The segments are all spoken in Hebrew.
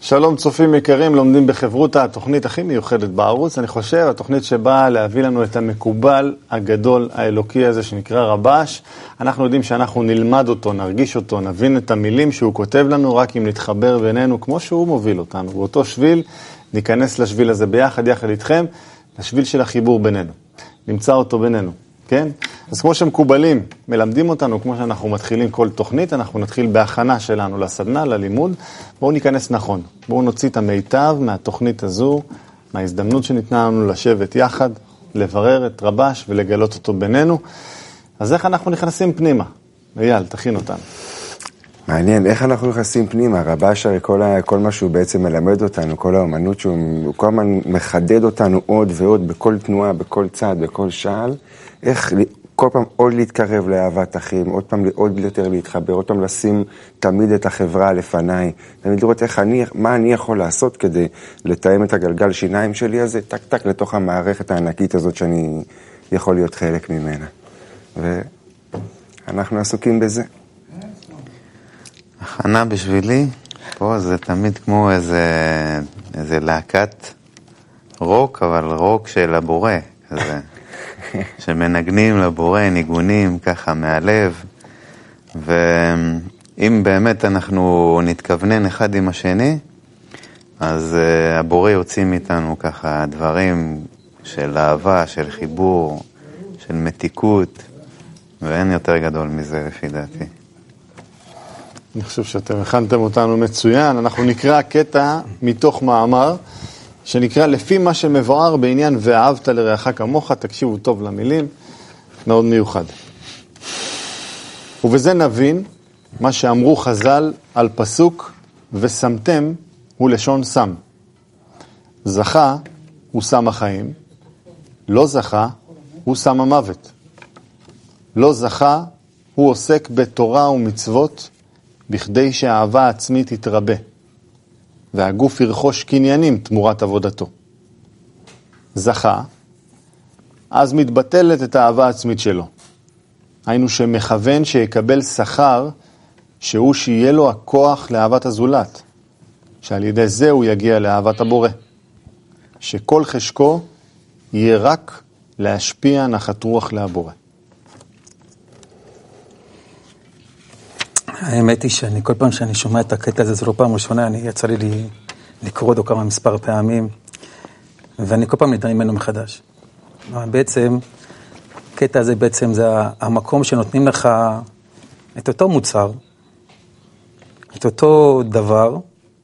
שלום צופים יקרים, לומדים בחברותה, התוכנית הכי מיוחדת בערוץ, אני חושב, התוכנית שבאה להביא לנו את המקובל הגדול האלוקי הזה שנקרא רבש. אנחנו יודעים שאנחנו נלמד אותו, נרגיש אותו, נבין את המילים שהוא כותב לנו, רק אם נתחבר בינינו כמו שהוא מוביל אותנו. באותו שביל, ניכנס לשביל הזה ביחד, יחד איתכם, לשביל של החיבור בינינו. נמצא אותו בינינו, כן? אז כמו שמקובלים, מלמדים אותנו, כמו שאנחנו מתחילים כל תוכנית, אנחנו נתחיל בהכנה שלנו לסדנה, ללימוד. בואו ניכנס נכון. בואו נוציא את המיטב מהתוכנית הזו, מההזדמנות שניתנה לנו לשבת יחד, לברר את רבש ולגלות אותו בינינו. אז איך אנחנו נכנסים פנימה? אייל, תכין אותנו. מעניין, איך אנחנו נכנסים פנימה? רבש הרי כל מה שהוא בעצם מלמד אותנו, כל האמנות שהוא כל הזמן מחדד אותנו עוד ועוד בכל תנועה, בכל צעד, בכל שעל. איך כל פעם עוד להתקרב לאהבת אחים, עוד פעם עוד יותר להתחבר, עוד פעם לשים תמיד את החברה לפניי, תמיד לראות מה אני יכול לעשות כדי לתאם את הגלגל שיניים שלי הזה, טק טק לתוך המערכת הענקית הזאת שאני יכול להיות חלק ממנה. ואנחנו עסוקים בזה. הכנה בשבילי, פה זה תמיד כמו איזה להקת רוק, אבל רוק של הבורא, כזה. שמנגנים לבורא, ניגונים ככה מהלב, ואם באמת אנחנו נתכוונן אחד עם השני, אז הבורא יוציא מאיתנו ככה דברים של אהבה, של חיבור, של מתיקות, ואין יותר גדול מזה לפי דעתי. אני חושב שאתם הכנתם אותנו מצוין. אנחנו נקרא קטע מתוך מאמר, שנקרא לפי מה שמבואר בעניין ואהבת לרעך כמוך. תקשיבו טוב למילים, מאוד מיוחד. ובזה נבין מה שאמרו חז"ל על פסוק ושמתם הוא לשון שם. זכה הוא שם החיים, לא זכה הוא שם המוות. לא זכה הוא עוסק בתורה ומצוות בכדי שהאהבה העצמית תתרבה. והגוף ירכוש קניינים תמורת עבודתו. זכה, אז מתבטלת את האהבה העצמית שלו. היינו שמכוון שיקבל שכר, שהוא שיהיה לו הכוח לאהבת הזולת, שעל ידי זה הוא יגיע לאהבת הבורא. שכל חשקו יהיה רק להשפיע נחת רוח להבורא. האמת היא שאני כל פעם שאני שומע את הקטע הזה, זו לא פעם ראשונה, יצא לי לקרוא אותו מספר פעמים, ואני כל פעם נדע ממנו מחדש. בעצם, הקטע הזה בעצם זה המקום שנותנים לך את אותו מוצר, את אותו דבר,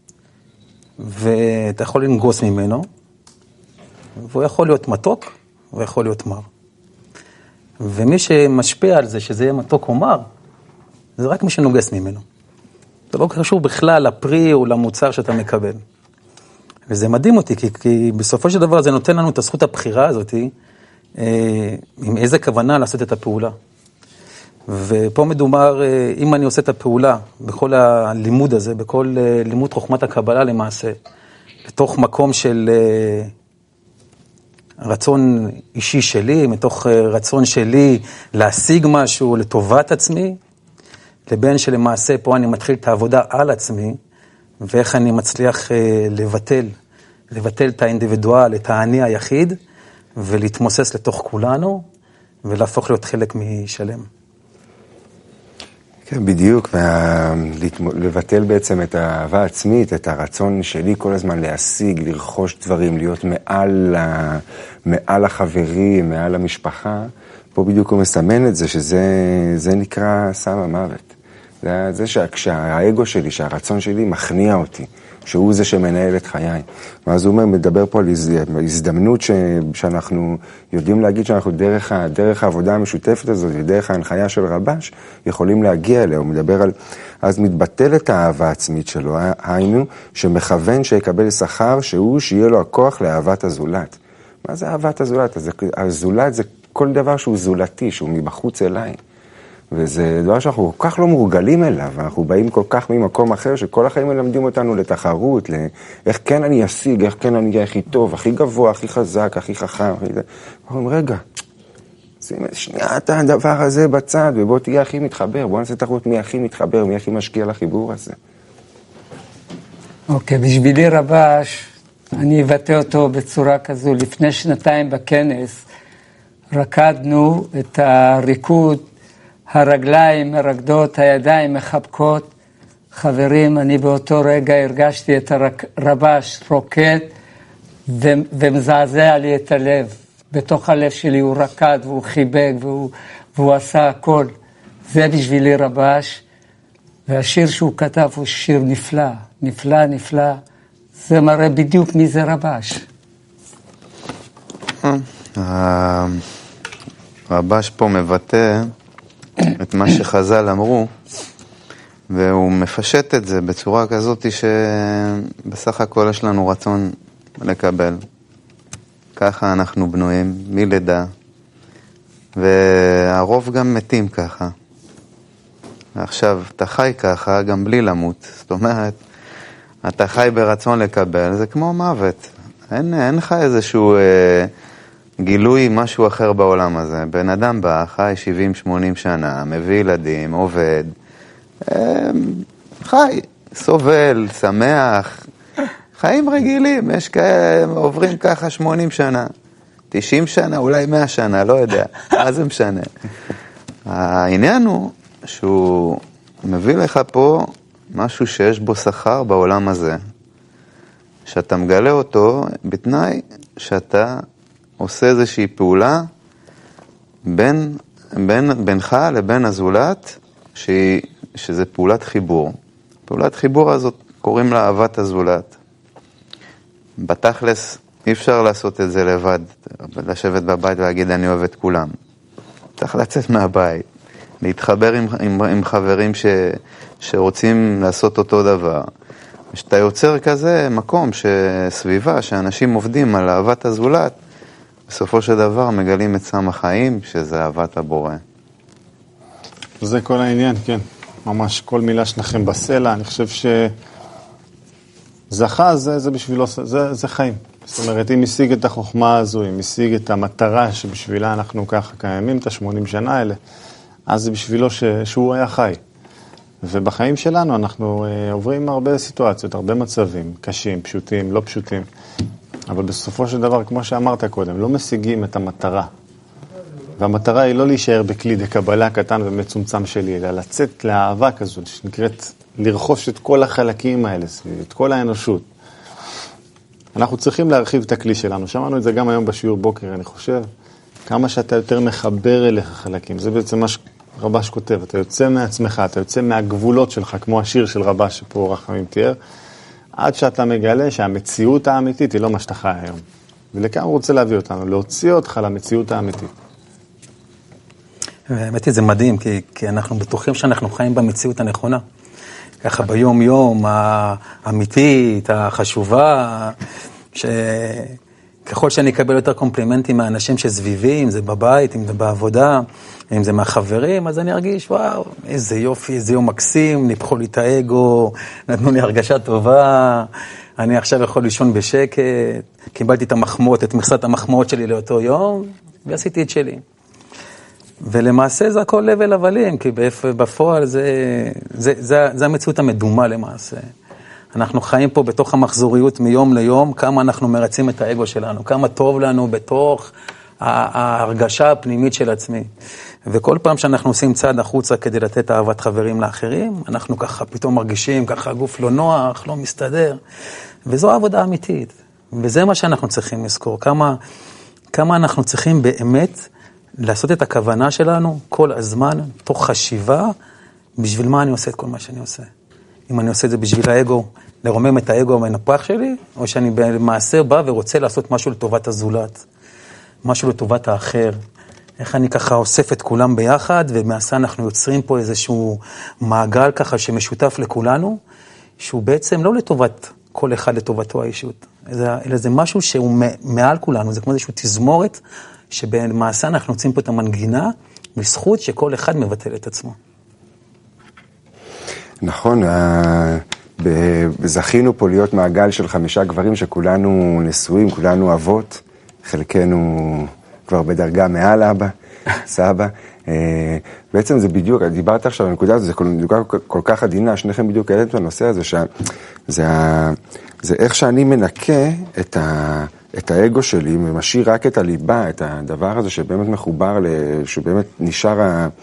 ואתה יכול לנגוס ממנו, והוא יכול להיות מתוק, והוא יכול להיות מר. ומי שמשפיע על זה, שזה יהיה מתוק או מר, זה רק מי שנוגס ממנו. זה לא קשור בכלל לפרי או למוצר שאתה מקבל. וזה מדהים אותי, כי בסופו של דבר זה נותן לנו את הזכות הבחירה הזאת, עם איזה כוונה לעשות את הפעולה. ופה מדובר, אם אני עושה את הפעולה, בכל הלימוד הזה, בכל לימוד חוכמת הקבלה למעשה, לתוך מקום של רצון אישי שלי, מתוך רצון שלי להשיג משהו לטובת עצמי, לבין שלמעשה פה אני מתחיל את העבודה על עצמי, ואיך אני מצליח לבטל את האינדיבידואל, את האני היחיד, ולהתמוסס לתוך כולנו, ולהפוך להיות חלק משלם. כן, בדיוק, לבטל בעצם את האהבה העצמית, את הרצון שלי כל הזמן להשיג, לרכוש דברים, להיות מעל החברים, מעל המשפחה. פה בדיוק הוא מסמן את זה, שזה נקרא שם המוות. זה שהאגו שלי, שהרצון שלי מכניע אותי, שהוא זה שמנהל את חיי. ואז הוא מדבר פה על הזדמנות שאנחנו יודעים להגיד שאנחנו דרך העבודה המשותפת הזאת, דרך ההנחיה של רבש, יכולים להגיע אליה. הוא מדבר על, אז מתבטל את האהבה העצמית שלו, היינו שמכוון שיקבל שכר שיהיה לו הכוח לאהבת הזולת. מה זה אהבת הזולת? הזולת זה כל דבר שהוא זולתי, שהוא מבחוץ אליי. וזה דבר שאנחנו כל כך לא מורגלים אליו, אנחנו באים כל כך ממקום אחר, שכל החיים מלמדים אותנו לתחרות, איך כן אני אשיג, איך כן אני אהיה הכי טוב, הכי גבוה, הכי חזק, הכי חכם. אנחנו אומרים, רגע, שים שנייה את הדבר הזה בצד, ובוא תהיה הכי מתחבר, בוא נעשה תחרות מי הכי מתחבר, מי הכי משקיע לחיבור הזה. אוקיי, בשבילי רבש, אני אבטא אותו בצורה כזו. לפני 2 בכנס רקדנו את הריקוד, הרגליים מרקדות, הידיים מחבקות. חברים, אני באותו רגע הרגשתי את הרבש רוקד ומזעזע לי את הלב. בתוך הלב שלי הוא רקד והוא חיבק והוא עשה הכל. זה בשבילי רבש. והשיר שהוא כתב הוא שיר נפלא, נפלא, נפלא. זה מראה בדיוק מי זה רבש. רבש פה מבטא את מה שחז"ל אמרו, והוא מפשט את זה בצורה כזאת שבסך הכל יש לנו רצון לקבל. ככה אנחנו בנויים, מלידה, והרוב גם מתים ככה. עכשיו, אתה חי ככה גם בלי למות. זאת אומרת, אתה חי ברצון לקבל, זה כמו מוות. אין לך איזשהו גילוי משהו אחר בעולם הזה. בן אדם בא, חי 70-80 שנה, מביא ילדים, עובד, חי, סובל, שמח, חיים רגילים. יש כאלה, עוברים ככה 80 שנה, 90 שנה, אולי 100 שנה, לא יודע. מה זה משנה? העניין הוא שהוא מביא לך פה משהו שיש בו שכר בעולם הזה, שאתה מגלה אותו בתנאי שאתה עושה איזושהי פעולה בינך לבין הזולת, שזה פעולת חיבור. פעולת חיבור הזאת קוראים לה אהבת הזולת. בתכלס אי אפשר לעשות את זה לבד, לשבת בבית ולהגיד אני אוהב את כולם. צריך לצאת מהבית, להתחבר עם חברים שרוצים לעשות אותו דבר. כשאתה יוצר כזה מקום, סביבה, שאנשים עובדים על אהבת הזולת, בסופו של דבר מגלים את סם החיים, שזה אהבת הבורא. זה כל העניין, כן. ממש כל מילה שלכם בסלע, אני חושב שזכה, זה בשבילו, זה חיים. זאת אומרת, אם השיג את החוכמה הזו, אם השיג את המטרה שבשבילה אנחנו ככה קיימים, את ה-80 שנה האלה, אז זה בשבילו שהוא היה חי. ובחיים שלנו אנחנו עוברים הרבה סיטואציות, הרבה מצבים, קשים, פשוטים, לא פשוטים. אבל בסופו של דבר, כמו שאמרת קודם, לא משיגים את המטרה. והמטרה היא לא להישאר בכלי דקבלה קטן ומצומצם שלי, אלא לצאת לאהבה כזו, שנקראת לרכוש את כל החלקים האלה, את כל האנושות. אנחנו צריכים להרחיב את הכלי שלנו. שמענו את זה גם היום בשיעור בוקר, אני חושב. כמה שאתה יותר מחבר אליך חלקים. זה בעצם מה שרבש כותב. אתה יוצא מעצמך, אתה יוצא מהגבולות שלך, כמו השיר של רבש שפה רחמים תיאר, עד שאתה מגלה שהמציאות האמיתית היא לא מה שאתה חי היום. ולכאן הוא רוצה להביא אותנו, להוציא אותך למציאות האמיתית. האמת היא, זה מדהים, כי אנחנו בטוחים שאנחנו חיים במציאות הנכונה. ככה ביום-יום, האמיתית, החשובה, שככל שאני אקבל יותר קומפלימנטים מהאנשים שסביבי, אם זה בבית, אם זה בעבודה, אם זה מהחברים, אז אני ארגיש, וואו, איזה יופי, איזה יום מקסים, ניפחו לי את האגו, נתנו לי הרגשה טובה, אני עכשיו יכול לישון בשקט, קיבלתי את המחמאות, את מכסת המחמאות שלי לאותו יום, ועשיתי את שלי. ולמעשה זה הכל לבל הבלים, כי בפועל זה המציאות המדומה למעשה. אנחנו חיים פה בתוך המחזוריות מיום ליום, כמה אנחנו מרצים את האגו שלנו, כמה טוב לנו בתוך ההרגשה הפנימית של עצמי. וכל פעם שאנחנו עושים צעד החוצה כדי לתת אהבת חברים לאחרים, אנחנו ככה פתאום מרגישים, ככה הגוף לא נוח, לא מסתדר. וזו העבודה אמיתית. וזה מה שאנחנו צריכים לזכור. כמה אנחנו צריכים באמת לעשות את הכוונה שלנו כל הזמן, תוך חשיבה, בשביל מה אני עושה את כל מה שאני עושה. אם אני עושה את זה בשביל האגו, לרומם את האגו המנפח שלי, או שאני במעשה בא ורוצה לעשות משהו לטובת הזולת, משהו לטובת האחר. איך אני ככה אוסף את כולם ביחד, ומעשה אנחנו יוצרים פה איזשהו מעגל ככה שמשותף לכולנו, שהוא בעצם לא לטובת כל אחד לטובתו האישות, אלא זה משהו שהוא מעל כולנו, זה כמו איזשהו תזמורת, שבמעשה אנחנו יוצאים פה את המנגינה, בזכות שכל אחד מבטל את עצמו. נכון, זכינו פה להיות מעגל של 5 גברים שכולנו נשואים, כולנו אבות, חלקנו כבר בדרגה מעל אבא, סבא. בעצם זה בדיוק, דיברת עכשיו על הנקודה הזו, זה כל כך עדינה, שניכם בדיוק העליתם את הנושא הזה, זה איך שאני מנקה את האגו שלי, ומשאיר רק את הליבה, את הדבר הזה שבאמת מחובר, שבאמת נשאר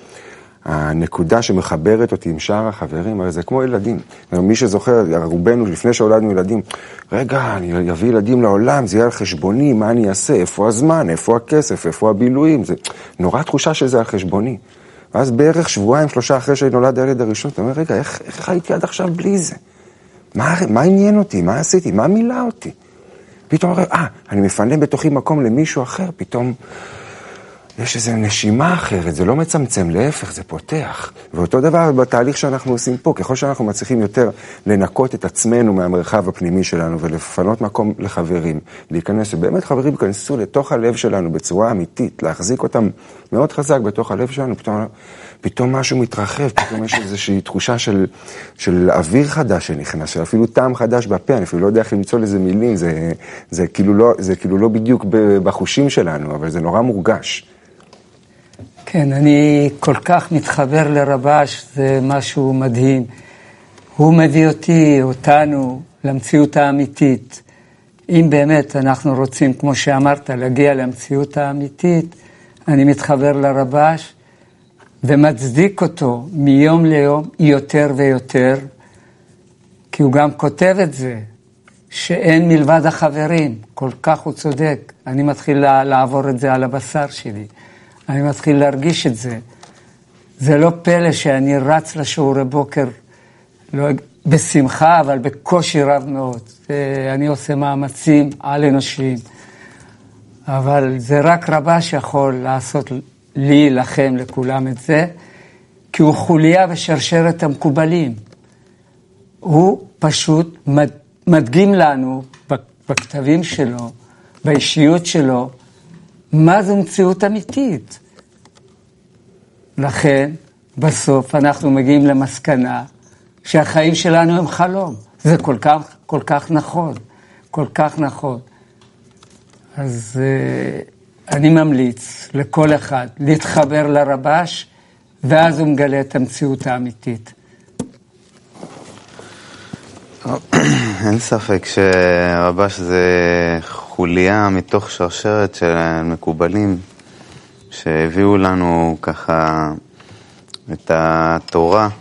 הנקודה שמחברת אותי עם שאר החברים, הרי זה כמו ילדים. מי שזוכר, רובנו, לפני שהולדנו ילדים, רגע, אני אביא ילדים לעולם, זה יהיה על חשבוני, מה אני אעשה, איפה הזמן, איפה הכסף, איפה הבילויים, זה נורא תחושה שזה על חשבוני. ואז בערך שבועיים, 3 אחרי שנולד הילד הראשון, אתה אומר, רגע, איך הייתי עד עכשיו בלי זה? מה עניין אותי? מה עשיתי? מה מילה אותי? פתאום אני מפנה בתוכי מקום למישהו אחר, פתאום יש איזו נשימה אחרת, זה לא מצמצם, להפך, זה פותח. ואותו דבר בתהליך שאנחנו עושים פה, ככל שאנחנו מצליחים יותר לנקות את עצמנו מהמרחב הפנימי שלנו, ולפנות מקום לחברים, להיכנס, שבאמת חברים ייכנסו לתוך הלב שלנו בצורה אמיתית, להחזיק אותם מאוד חזק בתוך הלב שלנו, פתאום משהו מתרחב, פתאום יש איזושהי תחושה של אוויר חדש שנכנס, אפילו טעם חדש בפה, אני אפילו לא יודע איך למצוא לזה מילים, זה כאילו לא בדיוק בחושים שלנו, אבל זה נורא מורגש. כן, אני כל כך מתחבר לרבש, זה משהו מדהים. הוא מביא אותנו, למציאות האמיתית. אם באמת אנחנו רוצים, כמו שאמרת, להגיע למציאות האמיתית, אני מתחבר לרבש ומצדיק אותו מיום ליום יותר ויותר, כי הוא גם כותב את זה, שאין מלבד החברים, כל כך הוא צודק. אני מתחיל לעבור את זה על הבשר שלי. אני מתחיל להרגיש את זה. זה לא פלא שאני רץ לשיעורי בוקר, לא בשמחה, אבל בקושי רב מאוד. אני עושה מאמצים על אנושיים. אבל זה רק רבש יכול לעשות לי, לכם, לכולם את זה, כי הוא חוליה בשרשרת המקובלים. הוא פשוט מדגים לנו בכתבים שלו, באישיות שלו, מה זו מציאות אמיתית? לכן, בסוף אנחנו מגיעים למסקנה שהחיים שלנו הם חלום. זה כל כך נכון, כל כך נכון. אז אני ממליץ לכל אחד להתחבר לרבש, ואז הוא מגלה את המציאות האמיתית. אין ספק שרבש זה חוליה מתוך שרשרת של מקובלים שהביאו לנו ככה את התורה.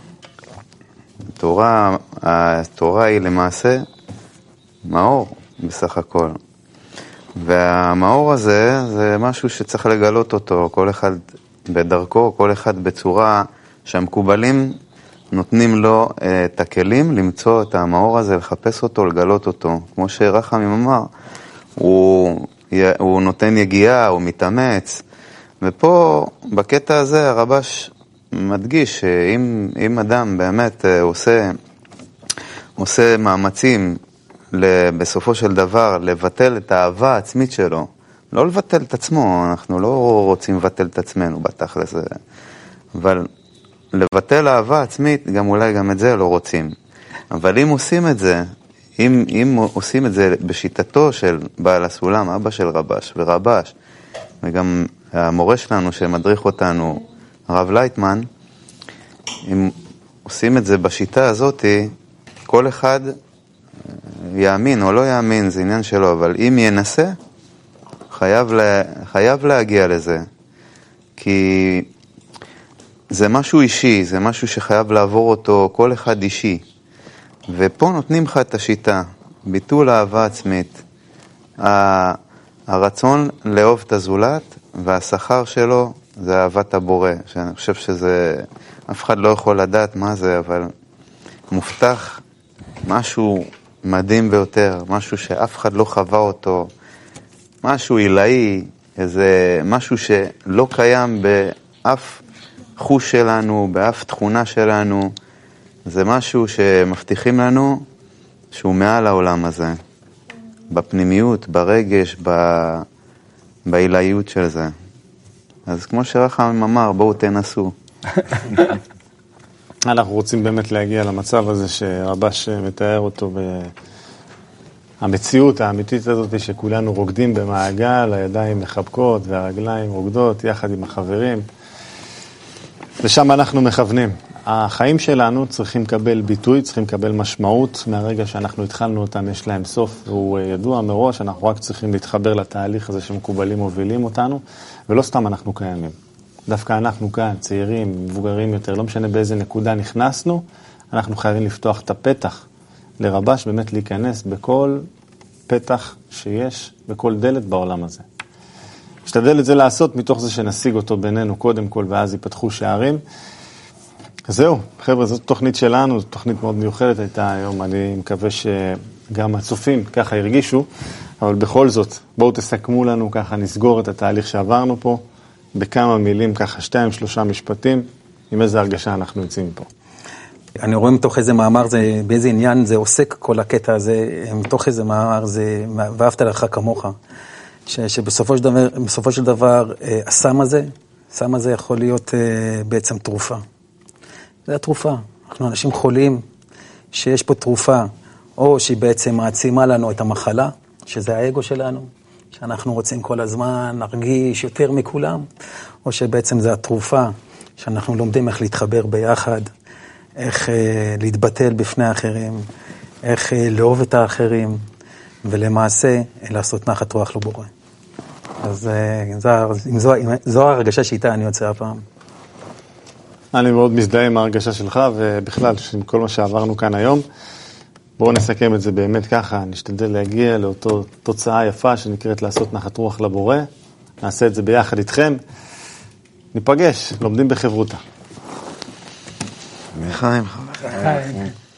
התורה היא למעשה מאור בסך הכל. והמאור הזה זה משהו שצריך לגלות אותו, כל אחד בדרכו, כל אחד בצורה שהמקובלים נותנים לו את הכלים למצוא את המאור הזה, לחפש אותו, לגלות אותו. כמו שרחמים אמר, הוא נותן יגיעה, הוא מתאמץ. ופה, בקטע הזה, הרבש מדגיש שאם אדם באמת עושה מאמצים בסופו של דבר לבטל את האהבה העצמית שלו, לא לבטל את עצמו, אנחנו לא רוצים לבטל את עצמנו בתכל'ס, אבל לבטל אהבה עצמית, אולי גם את זה לא רוצים. אבל אם עושים את זה, אם עושים את זה בשיטתו של בעל הסולם, אבא של רבש ורבש, וגם המורה שלנו שמדריך אותנו, הרב לייטמן, אם עושים את זה בשיטה הזאת, כל אחד יאמין או לא יאמין, זה עניין שלו, אבל אם ינסה, חייב להגיע לזה. כי זה משהו אישי, זה משהו שחייב לעבור אותו כל אחד אישי. ופה נותנים לך את השיטה, ביטול אהבה עצמית, הרצון לאהוב את הזולת, והשכר שלו זה אהבת הבורא, שאני חושב שזה, אף אחד לא יכול לדעת מה זה, אבל מובטח משהו מדהים ביותר, משהו שאף אחד לא חווה אותו, משהו עילאי, איזה משהו שלא קיים באף חוש שלנו, באף תכונה שלנו, זה משהו שמבטיחים לנו שהוא מעל העולם הזה, בפנימיות, ברגש, בעילאיות של זה. אז כמו שרחם אמר, בואו תנסו. אנחנו רוצים באמת להגיע למצב הזה שרבש מתאר אותו המציאות האמיתית הזאת שכולנו רוקדים במעגל, הידיים מחבקות והרגליים רוקדות יחד עם החברים. ושם אנחנו מכוונים. החיים שלנו צריכים לקבל ביטוי, צריכים לקבל משמעות. מהרגע שאנחנו התחלנו אותם יש להם סוף, והוא ידוע מראש, אנחנו רק צריכים להתחבר לתהליך הזה שמקובלים מובילים אותנו, ולא סתם אנחנו קיימים. דווקא אנחנו כאן, צעירים, מבוגרים יותר, לא משנה באיזה נקודה נכנסנו, אנחנו חייבים לפתוח את הפתח לרבש, באמת להיכנס בכל פתח שיש, בכל דלת בעולם הזה. נשתדל את זה לעשות מתוך זה שנשיג אותו בינינו קודם כל, ואז ייפתחו שערים. זהו, חבר'ה, זאת תוכנית שלנו, זאת תוכנית מאוד מיוחדת הייתה היום, אני מקווה שגם הצופים ככה הרגישו, אבל בכל זאת, בואו תסכמו לנו ככה, נסגור את התהליך שעברנו פה, בכמה מילים, ככה 2-3 משפטים, עם איזה הרגשה אנחנו יוצאים מפה. אני רואה מתוך איזה מאמר, באיזה עניין זה עוסק כל הקטע הזה, מתוך איזה מאמר זה, ואהבת לך כמוך, שבסופו של דבר, הסם הזה יכול להיות בעצם תרופה. זה התרופה. אנחנו אנשים חולים, שיש פה תרופה, או שהיא בעצם מעצימה לנו את המחלה, שזה האגו שלנו, שאנחנו רוצים כל הזמן להרגיש יותר מכולם, או שבעצם זה התרופה, שאנחנו לומדים איך להתחבר ביחד, איך להתבטל בפני האחרים, איך לאהוב את האחרים, ולמעשה לעשות נחת רוח לבורא. אז זו הרגשה שאיתה אני יוצא הפעם. אני מאוד מזדהה עם ההרגשה שלך, ובכלל, עם כל מה שעברנו כאן היום. בואו נסכם את זה באמת ככה, נשתדל להגיע לאותו תוצאה יפה שנקראת לעשות נחת רוח לבורא. נעשה את זה ביחד איתכם. ניפגש, לומדים בחברותה. חיים. חיים.